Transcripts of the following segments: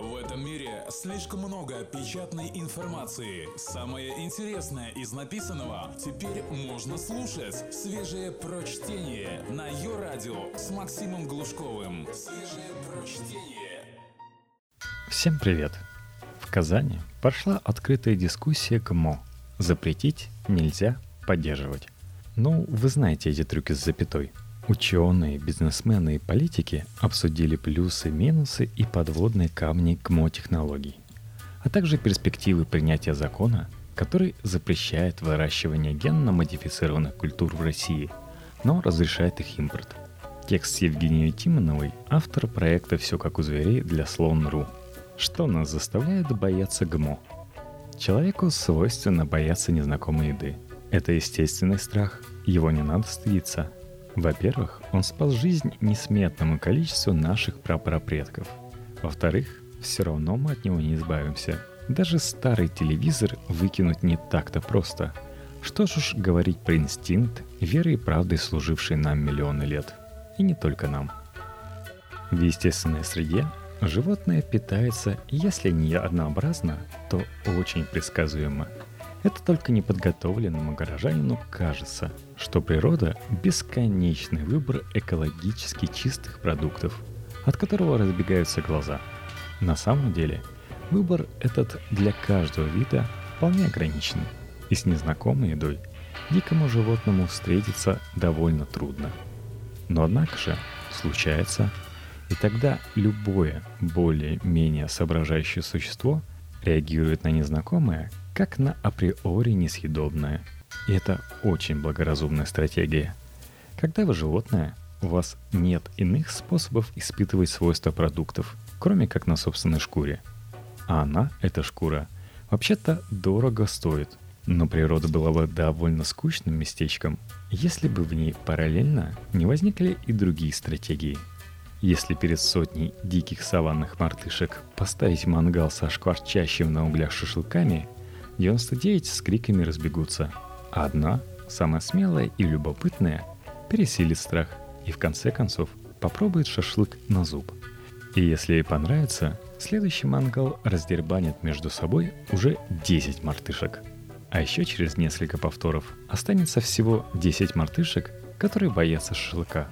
В этом мире слишком много печатной информации. Самое интересное из написанного теперь можно слушать. Свежее прочтение на Йо-Радио с Максимом Глушковым. Свежее прочтение. Всем привет! В Казани прошла открытая дискуссия ГМО. Запретить нельзя, поддерживать. Ну, вы знаете эти трюки с запятой. Ученые, бизнесмены и политики обсудили плюсы, минусы и подводные камни ГМО-технологий, а также перспективы принятия закона, который запрещает выращивание генно-модифицированных культур в России, но разрешает их импорт. Текст с Евгенией Тимоновой, автор проекта «Все как у зверей» для Слон.ру. Что нас заставляет бояться ГМО? Человеку свойственно бояться незнакомой еды. Это естественный страх, его не надо стыдиться. Во-первых, он спас жизнь несметному количеству наших прапрапредков. Во-вторых, все равно мы от него не избавимся. Даже старый телевизор выкинуть не так-то просто. Что ж уж говорить про инстинкт, верой и правдой служивший нам миллионы лет. И не только нам. В естественной среде животное питается, если не однообразно, то очень предсказуемо. Это только неподготовленному горожанину кажется, что природа – бесконечный выбор экологически чистых продуктов, от которого разбегаются глаза. На самом деле, выбор этот для каждого вида вполне ограничен, и с незнакомой едой дикому животному встретиться довольно трудно. Но однако же случается, и тогда любое более-менее соображающее существо реагирует на незнакомое как на априори несъедобное. И это очень благоразумная стратегия. Когда вы животное, у вас нет иных способов испытывать свойства продуктов, кроме как на собственной шкуре. А она, эта шкура, вообще-то дорого стоит. Но природа была бы довольно скучным местечком, если бы в ней параллельно не возникли и другие стратегии. Если перед сотней диких саванных мартышек поставить мангал со шкварчащим на углях шашлыками, 99 с криками разбегутся, а одна, самая смелая и любопытная, пересилит страх и в конце концов попробует шашлык на зуб. И если ей понравится, следующий мангал раздербанит между собой уже 10 мартышек. А еще через несколько повторов останется всего 10 мартышек, которые боятся шашлыка.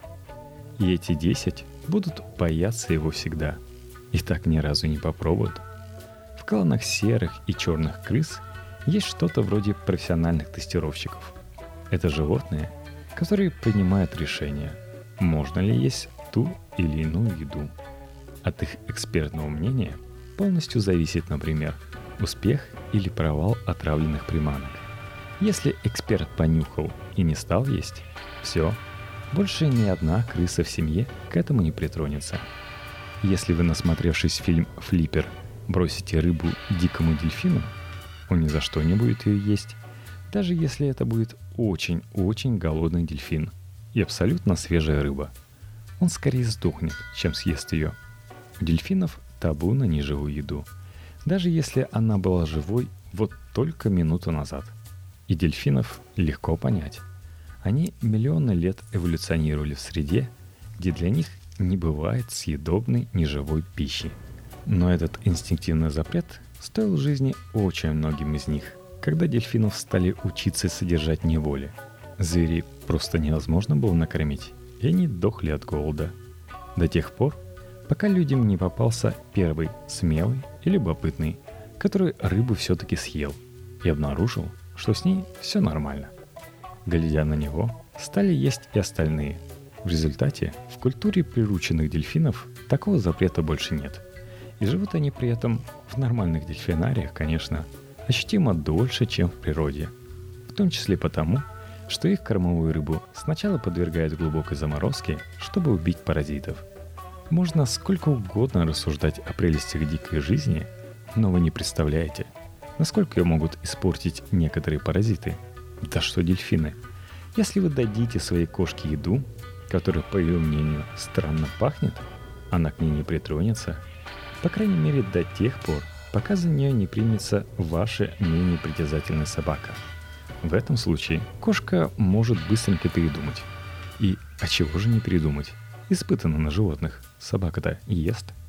И эти 10 будут бояться его всегда. И так ни разу не попробуют. В кланах серых и черных крыс есть что-то вроде профессиональных тестировщиков. Это животные, которые принимают решение, можно ли есть ту или иную еду. От их экспертного мнения полностью зависит, например, успех или провал отравленных приманок. Если эксперт понюхал и не стал есть, все, больше ни одна крыса в семье к этому не притронется. Если вы, насмотревшись фильм «Флиппер», бросите рыбу дикому дельфину, он ни за что не будет ее есть, даже если это будет очень-очень голодный дельфин и абсолютно свежая рыба. Он скорее сдохнет, чем съест ее. У дельфинов табу на неживую еду, даже если она была живой вот только минуту назад. И дельфинов легко понять. Они миллионы лет эволюционировали в среде, где для них не бывает съедобной неживой пищи. Но этот инстинктивный запрет стоил жизни очень многим из них, когда дельфинов стали учиться содержать неволе. Зверей просто невозможно было накормить, и они дохли от голода. До тех пор, пока людям не попался первый смелый и любопытный, который рыбу все-таки съел и обнаружил, что с ней все нормально. Глядя на него, стали есть и остальные. В результате в культуре прирученных дельфинов такого запрета больше нет. И живут они при этом в нормальных дельфинариях, конечно, ощутимо дольше, чем в природе. В том числе потому, что их кормовую рыбу сначала подвергают глубокой заморозке, чтобы убить паразитов. Можно сколько угодно рассуждать о прелестях дикой жизни, но вы не представляете, насколько ее могут испортить некоторые паразиты. Да что дельфины. Если вы дадите своей кошке еду, которая, по ее мнению, странно пахнет, она к ней не притронется, по крайней мере до тех пор, пока за нее не примется ваша менее притязательная собака. В этом случае кошка может быстренько передумать. И чего же не передумать? Испытано на животных. Собака-то ест.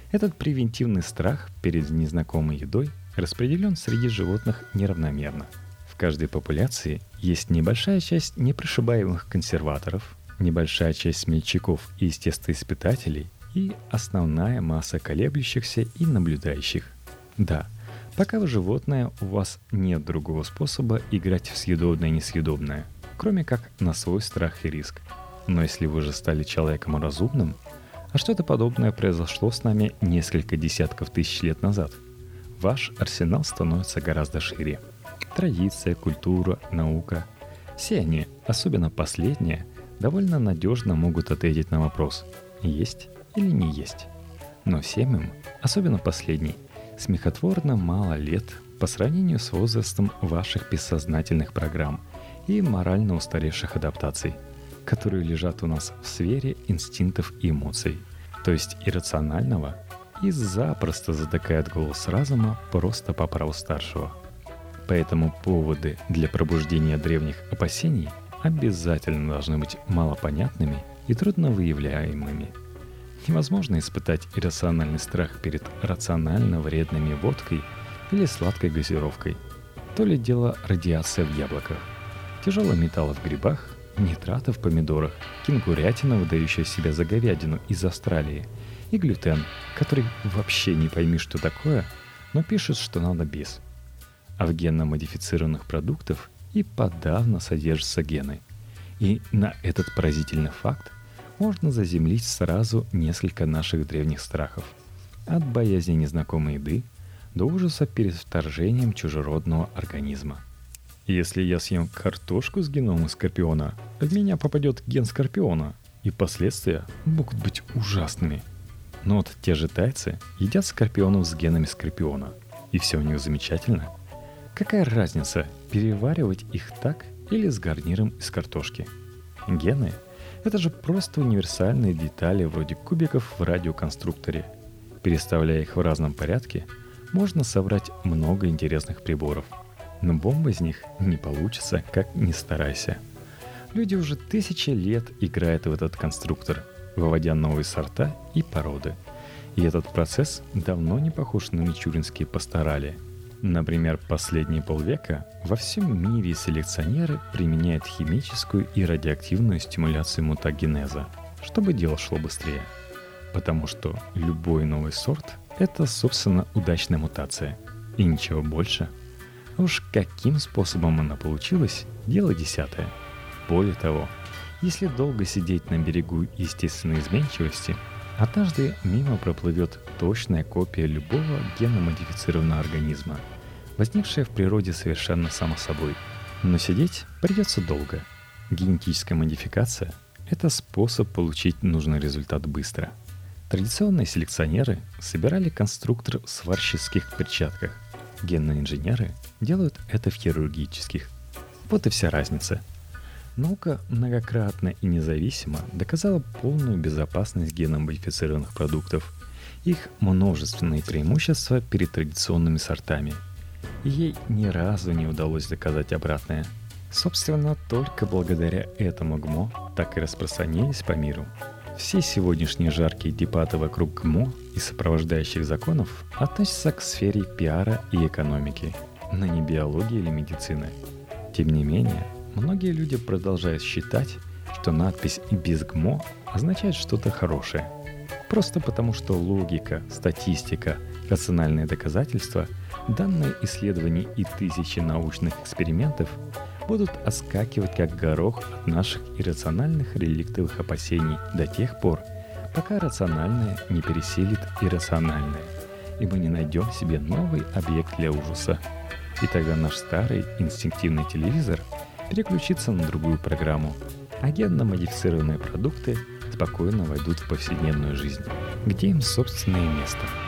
Этот превентивный страх перед незнакомой едой распределен среди животных неравномерно. В каждой популяции есть небольшая часть непрошибаемых консерваторов, небольшая часть смельчаков и естествоиспытателей и основная масса колеблющихся и наблюдающих. Да, пока вы животное, у вас нет другого способа играть в съедобное-несъедобное, кроме как на свой страх и риск. Но если вы же стали человеком разумным, а что-то подобное произошло с нами несколько десятков тысяч лет назад, ваш арсенал становится гораздо шире. Традиция, культура, наука – все они, особенно последние, довольно надежно могут ответить на вопрос «есть или не есть?». Но всем им, особенно последний, смехотворно мало лет по сравнению с возрастом ваших бессознательных программ и морально устаревших адаптаций, которые лежат у нас в сфере инстинктов и эмоций, то есть иррационального, и запросто затыкает голос разума просто по праву старшего. Поэтому поводы для пробуждения древних опасений обязательно должны быть малопонятными и трудновыявляемыми. Невозможно испытать иррациональный страх перед рационально вредными водкой или сладкой газировкой. То ли дело радиация в яблоках, тяжелые металлы в грибах, нитраты в помидорах, кенгурятина, выдающая себя за говядину из Австралии, и глютен, который вообще не пойми, что такое, но пишет, что надо без. А в генно-модифицированных продуктах и подавно содержатся гены. И на этот поразительный факт можно заземлить сразу несколько наших древних страхов. От боязни незнакомой еды до ужаса перед вторжением чужеродного организма. Если я съем картошку с геномом скорпиона, в меня попадет ген скорпиона, и последствия могут быть ужасными. Но вот те же тайцы едят скорпионов с генами скорпиона, и все у них замечательно. Какая разница, переваривать их так или с гарниром из картошки? Гены — это же просто универсальные детали вроде кубиков в радиоконструкторе. Переставляя их в разном порядке, можно собрать много интересных приборов. Но бомба из них не получится, как ни старайся. Люди уже тысячи лет играют в этот конструктор, выводя новые сорта и породы. И этот процесс давно не похож на мичуринские пасторали. Например, последние полвека во всем мире селекционеры применяют химическую и радиоактивную стимуляцию мутагенеза, чтобы дело шло быстрее. Потому что любой новый сорт – это, собственно, удачная мутация. И ничего больше. Уж каким способом она получилась – дело десятое. Более того, если долго сидеть на берегу естественной изменчивости, однажды мимо проплывет точная копия любого генно-модифицированного организма, возникшая в природе совершенно само собой. Но сидеть придется долго. Генетическая модификация – это способ получить нужный результат быстро. Традиционные селекционеры собирали конструктор в сварщических перчатках. Генные инженеры делают это в хирургических. Вот и вся разница. Наука многократно и независимо доказала полную безопасность генно-модифицированных продуктов, их множественные преимущества перед традиционными сортами. И ей ни разу не удалось доказать обратное. Собственно, только благодаря этому ГМО так и распространились по миру. Все сегодняшние жаркие дебаты вокруг ГМО и сопровождающих законов относятся к сфере пиара и экономики, но не биологии или медицины. Тем не менее, многие люди продолжают считать, что надпись «без ГМО» означает что-то хорошее. Просто потому, что логика, статистика, рациональные доказательства, данные исследований и тысячи научных экспериментов будут отскакивать как горох от наших иррациональных реликтовых опасений до тех пор, пока рациональное не пересилит иррациональное, и мы не найдем себе новый объект для ужаса. И тогда наш старый инстинктивный телевизор переключится на другую программу, а генно-модифицированные продукты спокойно войдут в повседневную жизнь, где им собственное место.